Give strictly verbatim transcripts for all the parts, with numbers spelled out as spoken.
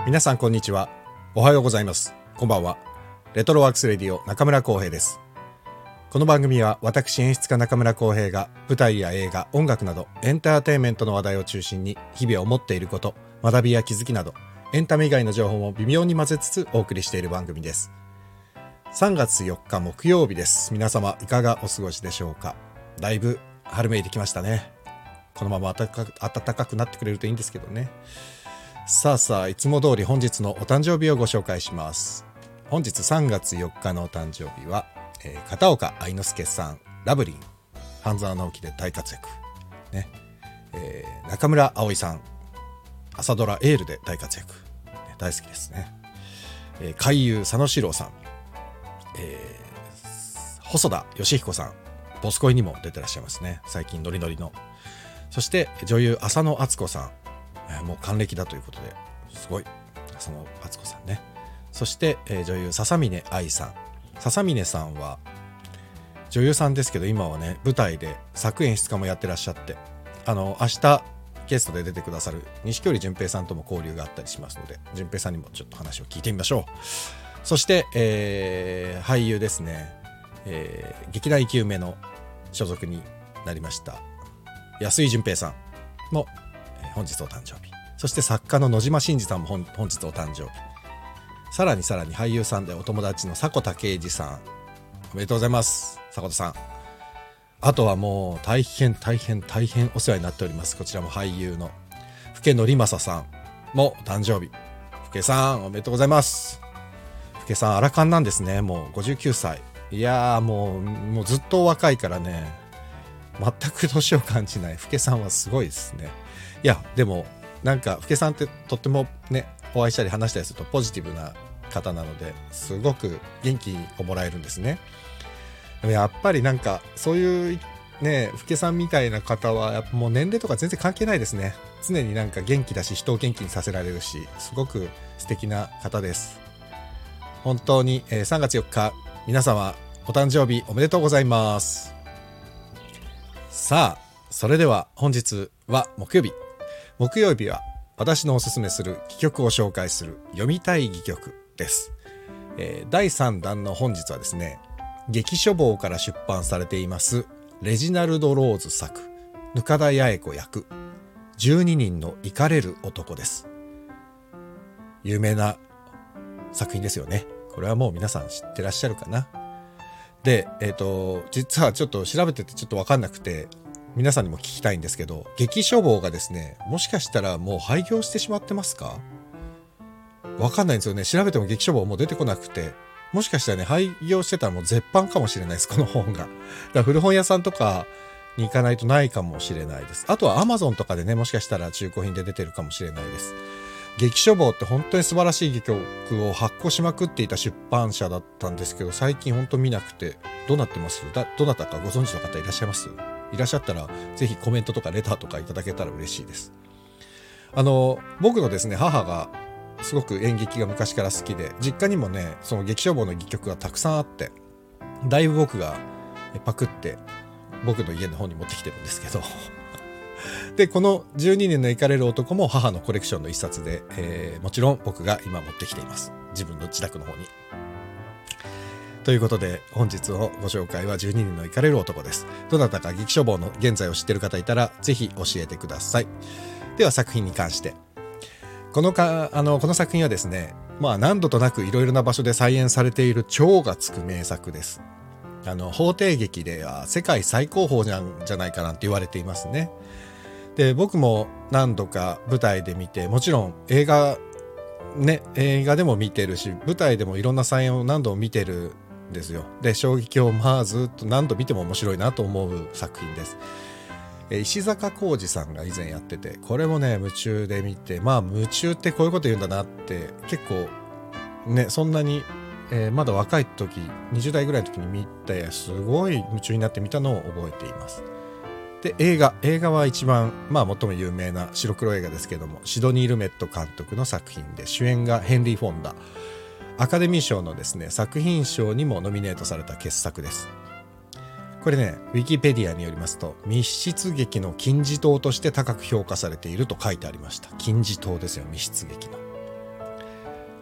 皆さんこんにちは。おはようございます。こんばんは。レトロワークスレディオ中村浩平です。この番組は私演出家中村浩平が舞台や映画、音楽などエンターテインメントの話題を中心に日々思っていること、学びや気づきなどエンタメ以外の情報も微妙に混ぜつつお送りしている番組です。さんがつよっか木曜日です。皆様いかがお過ごしでしょうか。だいぶ春めいてきましたね。このまま暖かく、暖かくなってくれるといいんですけどね。さあさあ、いつも通り本日のお誕生日をご紹介します。本日さんがつよっかのお誕生日は、えー、片岡愛之助さん、ラブリン、半沢直樹で大活躍、ねえー、中村葵さん、朝ドラエールで大活躍、ね、大好きですね。えー、俳優佐野史郎さん、えー、細田義彦さん、ボス恋にも出てらっしゃいますね。最近ノリノリの。そして女優浅野敦子さん、えー、もう還暦だということですごい浅野敦子さんね。そして、えー、女優笹峰愛さん。笹峰さんは女優さんですけど、今はね舞台で作演出家もやってらっしゃって、あの明日ゲストで出てくださる錦織淳平さんとも交流があったりしますので、淳平さんにもちょっと話を聞いてみましょう。そして、えー、俳優ですね、えー、劇団生き埋めの所属になりました安井淳平さんも、えー、本日お誕生日。そして作家の野島伸司さんも 本, 本日お誕生日。さらにさらに俳優さんでお友達の迫田圭司さん、おめでとうございます迫田さん。あとはもう大変大変大変お世話になっております、こちらも俳優の福家則正さんもお誕生日。福家さんおめでとうございます。福家さんアラカンなんですね。もうごじゅうきゅうさい。いやーもうもうずっと若いからね、全く年を感じない福家さんはすごいですね。いやでもなんか福家さんってとってもね、お会いしたり話したりするとポジティブな方なので、すごく元気をもらえるんですね。でもやっぱりなんかそういうね、福家さんみたいな方はやっぱもう年齢とか全然関係ないですね。常になんか元気だし、人を元気にさせられるし、すごく素敵な方です。本当に、えー、さんがつよっか皆様お誕生日おめでとうございます。さあそれでは本日は木曜日。木曜日は私のおすすめする戯曲を紹介する読みたい戯曲です、えー、だいさんだんの本日はですね、劇書房から出版されていますレジナルド・ローズ作、額田八重子役じゅうににんのイカれる男です。有名な作品ですよね。これはもう皆さん知ってらっしゃるかな。で、えっと、実はちょっと調べててちょっと分かんなくて、皆さんにも聞きたいんですけど、劇書房がですね、もしかしたらもう廃業してしまってますか？分かんないんですよね。調べても劇書房もう出てこなくて、もしかしたらね、廃業してたらもう絶版かもしれないです、この本が。だから古本屋さんとかに行かないとないかもしれないです。あとは Amazon とかでね、もしかしたら中古品で出てるかもしれないです。劇書房って本当に素晴らしい戯曲を発行しまくっていた出版社だったんですけど、最近本当見なくて、どうなってます？だどなたかご存知の方いらっしゃいます？いらっしゃったらぜひコメントとかレターとかいただけたら嬉しいです。あの僕のですね、母がすごく演劇が昔から好きで、実家にもねその劇書房の戯曲がたくさんあって、だいぶ僕がパクって僕の家の方に持ってきてるんですけどでこのじゅうににんのイカれる男も母のコレクションの一冊で、えー、もちろん僕が今持ってきています、自分の自宅の方に。ということで本日のご紹介はじゅうににんのイカれる男です。どなたか劇書房の現在を知っている方いたらぜひ教えてください。では作品に関して、このかあのこの作品はですね、まあ何度となくいろいろな場所で再演されている超がつく名作です。あの法廷劇では世界最高峰じゃんじゃないかなんて言われていますね。で僕も何度か舞台で見て、もちろん映画ね映画でも見てるし、舞台でもいろんな再演を何度も見てるんですよ。で衝撃をまあずっと何度見ても面白いなと思う作品です。石坂浩二さんが以前やってて、これもね夢中で見て、まあ夢中ってこういうこと言うんだなって、結構ねそんなに、えー、まだ若い時にじゅうだいぐらいの時に見て、すごい夢中になって見たのを覚えています。で映画映画は一番まあ最も有名な白黒映画ですけども、シドニー・ルメット監督の作品で、主演がヘンリー・フォンダ、アカデミー賞のですね作品賞にもノミネートされた傑作です。これねウィキペディアによりますと、密室劇の金字塔として高く評価されていると書いてありました。金字塔ですよ、密室劇の。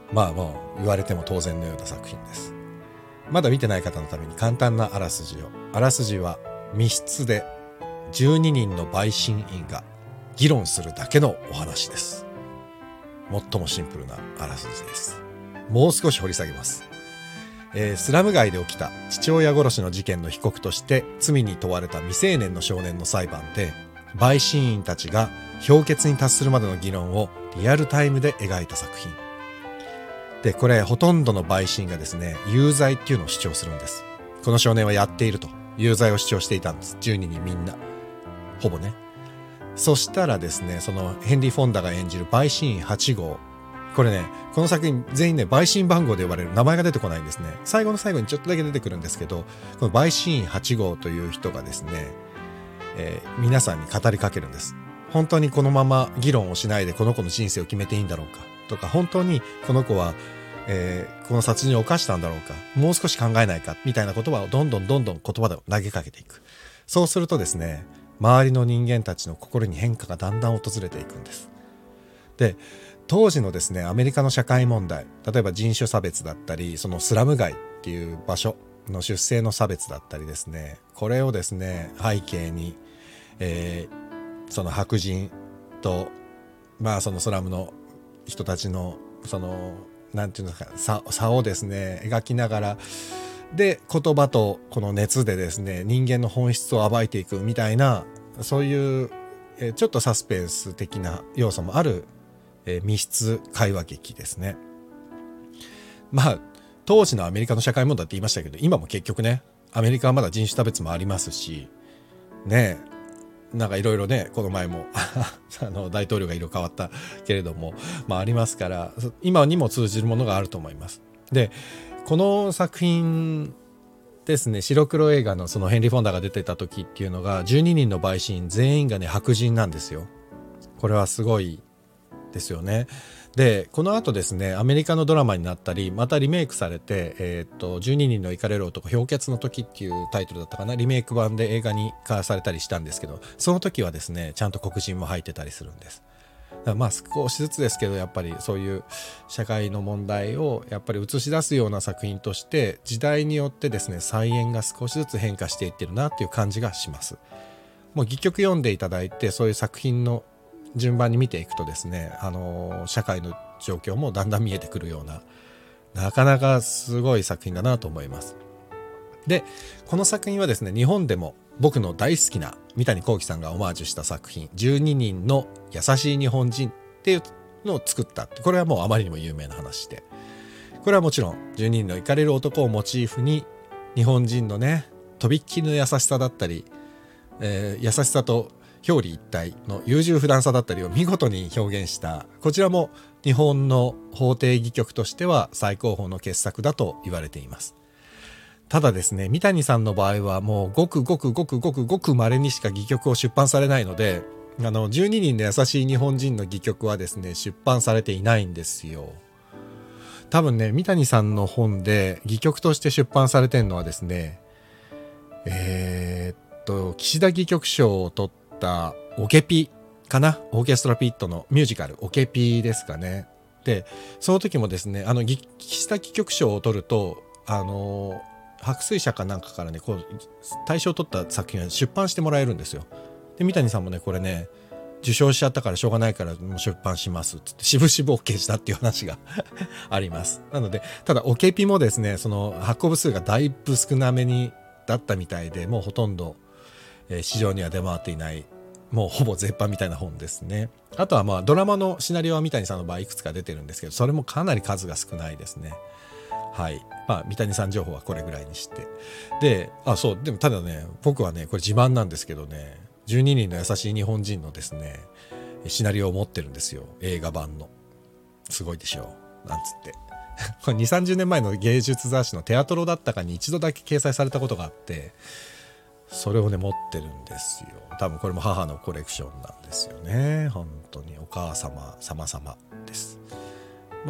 まあもう言われても当然のような作品です。まだ見てない方のために簡単なあらすじを。あらすじは密室でじゅうににんの陪審員が議論するだけのお話です。最もシンプルなあらすじです。もう少し掘り下げます。えー、スラム街で起きた父親殺しの事件の被告として罪に問われた未成年の少年の裁判で、陪審員たちが評決に達するまでの議論をリアルタイムで描いた作品で、これほとんどの陪審がですね、有罪っていうのを主張するんです。この少年はやっていると有罪を主張していたんです。じゅうににんみんなほぼね。そしたらですね、そのヘンリー・フォンダが演じる陪審員はち号、これね、この作品全員ね、陪審番号で呼ばれる、名前が出てこないんですね。最後の最後にちょっとだけ出てくるんですけど、この陪審員はち号という人がですね、えー、皆さんに語りかけるんです。本当にこのまま議論をしないでこの子の人生を決めていいんだろうかとか、本当にこの子は、えー、この殺人を犯したんだろうか、もう少し考えないかみたいな言葉をどんどんどんどん言葉で投げかけていく。そうするとですね、周りの人間たちの心に変化がだんだん訪れていくんです。で、当時のですね、アメリカの社会問題、例えば人種差別だったり、そのスラム街っていう場所の出生の差別だったりですね、これをですね、背景に、えー、その白人と、まあそのスラムの人たちの、その、なんていうのか、差、差をですね、描きながら、で、言葉とこの熱でですね、人間の本質を暴いていくみたいな、そういう、えー、ちょっとサスペンス的な要素もある、えー、密室会話劇ですね。まあ当時のアメリカの社会問題って言いましたけど、今も結局ね、アメリカはまだ人種差別もありますしね、なんかいろいろね、この前もあの大統領が色変わったけれども、まあありますから、今にも通じるものがあると思います。で、この作品ですね、白黒映画のそのヘンリー・フォンダが出てた時っていうのが、じゅうににんの陪審員全員がね、白人なんですよ。これはすごいですよね。で、この後ですね、アメリカのドラマになったり、またリメイクされて、えー、っとじゅうににんのイカれる男、氷結の時っていうタイトルだったかな、リメイク版で映画に化されたりしたんですけど、その時はですね、ちゃんと黒人も入ってたりするんです。だからまあ少しずつですけど、やっぱりそういう社会の問題をやっぱり映し出すような作品として、時代によってですね、再演が少しずつ変化していってるなっていう感じがします。もう戯曲読んでいただいて、そういう作品の順番に見ていくとですね、あのー、社会の状況もだんだん見えてくるような、なかなかすごい作品だなと思います。で、この作品はですね、日本でも僕の大好きな三谷幸喜さんがオマージュした作品、じゅうににんの優しい日本人っていうのを作った。これはもうあまりにも有名な話で、これはもちろんじゅうににんのイカれる男をモチーフに、日本人のね、とびっきりの優しさだったり、えー、優しさと表裏一体の優柔不断さだったりを見事に表現した、こちらも日本の法廷戯曲としては最高峰の傑作だと言われています。ただですね、三谷さんの場合はもうごくごくごくごくごく稀にしか戯曲を出版されないので、あのじゅうににんの優しい日本人の戯曲はですね、出版されていないんですよ。多分ね、三谷さんの本で戯曲として出版されてるのはですね、えー、っと岸田戯曲賞を取ったオケピかな、オーケストラピットのミュージカルオケピですかね。で、その時もですね、あの岸田戯曲賞を取ると、あの白水社かなんかからね、こう大賞を取った作品が出版してもらえるんですよ。で、三谷さんもね、これね、受賞しちゃったからしょうがないからもう出版しますっつって渋々 OK したっていう話があります。なので、ただオケピもですね、その発行部数がだいぶ少なめにだったみたいで、もうほとんど、えー、市場には出回っていない、もうほぼ絶版みたいな本ですね。あとはまあドラマのシナリオは三谷さんの場合いくつか出てるんですけど、それもかなり数が少ないですね。はい。まあ三谷さん情報はこれぐらいにして、で、あ、そう、でもただね、僕はね、これ自慢なんですけどね、じゅうににんの優しい日本人のですね、シナリオを持ってるんですよ、映画版の。すごいでしょう、なんつってこれにじゅう、さんじゅうねんまえの芸術雑誌のテアトロだったかに一度だけ掲載されたことがあって、それをね持ってるんですよ。多分これも母のコレクションなんですよね。本当にお母様様々です。まあ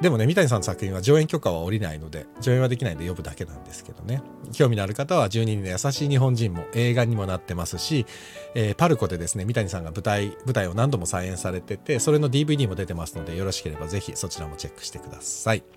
でもね、三谷さんの作品は上演許可は下りないので、上演はできないので呼ぶだけなんですけどね。興味のある方はじゅうににんの優しい日本人も映画にもなってますし、えー、パルコでですね、三谷さんが舞台、舞台を何度も再演されてて、それの ディーブイディー も出てますので、よろしければぜひそちらもチェックしてください。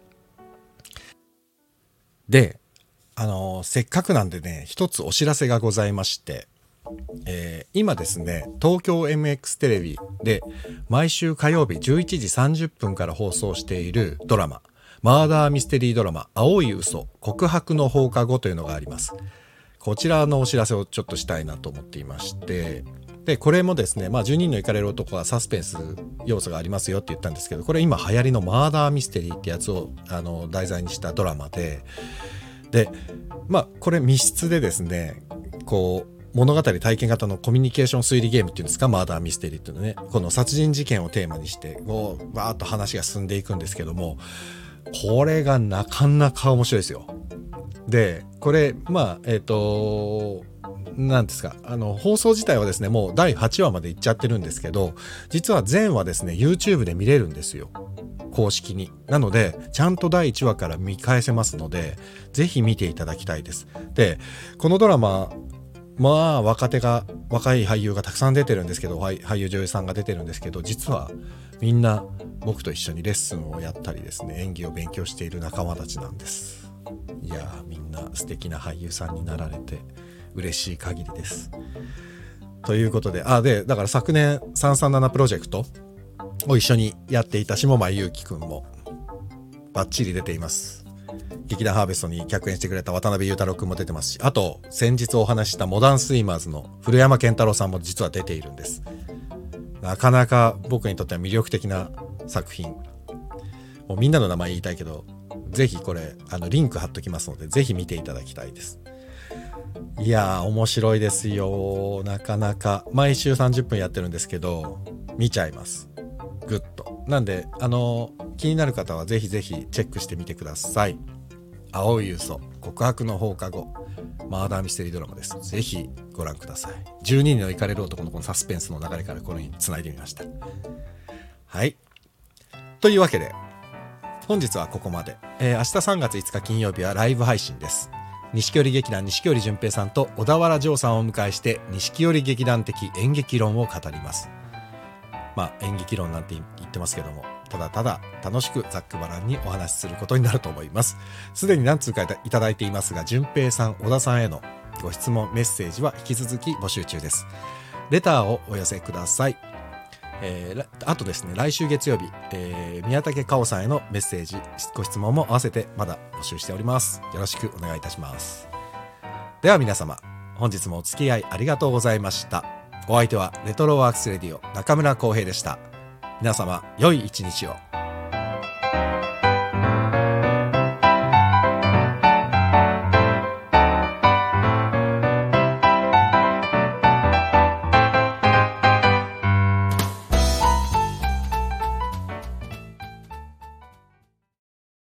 で、あのー、せっかくなんでね、一つお知らせがございまして、えー、今ですね、東京 エムエックス テレビで毎週火曜日じゅういちじさんじゅっぷんから放送しているドラマ、マーダーミステリードラマ青い嘘告白の放課後というのがあります。こちらのお知らせをちょっとしたいなと思っていまして、でこれもですね、まあじゅうにんの行かれる男はサスペンス要素がありますよって言ったんですけど、これ今流行りのマーダーミステリーってやつをあの題材にしたドラマで、でまあこれ密室でですね、こう物語体験型のコミュニケーション推理ゲームっていうんですか、マーダーミステリーっていうのね、この殺人事件をテーマにしてこうバーッと話が進んでいくんですけども、これがなかなか面白いですよ。でこれまあえっとなんですか、あの放送自体はですねもうだいはちわまでいっちゃってるんですけど、実は全話ですね YouTube で見れるんですよ、公式に。なのでちゃんとだいいちわから見返せますので、ぜひ見ていただきたいです。でこのドラマ、まあ若手が若い俳優がたくさん出てるんですけど、俳優女優さんが出てるんですけど、実はみんな僕と一緒にレッスンをやったりですね、演技を勉強している仲間たちなんです。いやー、みんな素敵な俳優さんになられて嬉しい限りです。ということで、あでだから昨年さんさんななプロジェクトを一緒にやっていた下前優樹くんもバッチリ出ています。劇団ハーベストに客演してくれた渡辺裕太郎くんも出てますし、あと先日お話ししたモダンスイマーズの古山健太郎さんも実は出ているんです。なかなか僕にとっては魅力的な作品。もうみんなの名前言いたいけど、ぜひこれあのリンク貼っときますので、ぜひ見ていただきたいです。いやー面白いですよ。なかなか毎週さんじゅっぷんやってるんですけど、見ちゃいます、ぐっと。なんであの気になる方はぜひぜひチェックしてみてください。青い嘘告白の放課後、マーダーミステリードラマです。ぜひご覧ください。じゅうににんの行かれる男のこのサスペンスの流れからこのように繋いでみました。はい、というわけで本日はここまで。えー、明日さんがついつか金曜日はライブ配信です。錦織劇団錦織純平さんと小田原丈さんをお迎えして、錦織劇団的演劇論を語ります。まあ演劇論なんて言ってますけども、ただただ楽しくざっくばらんにお話しすることになると思います。すでに何通かいただいていますが、純平さん、小田さんへのご質問メッセージは引き続き募集中です。レターをお寄せください。えー、あとですね、来週月曜日、えー、宮武かおさんへのメッセージご質問も合わせてまだ募集しております。よろしくお願いいたします。では皆様、本日もお付き合いありがとうございました。お相手はレトロワークスレディオ中村浩平でした。皆様良い一日を。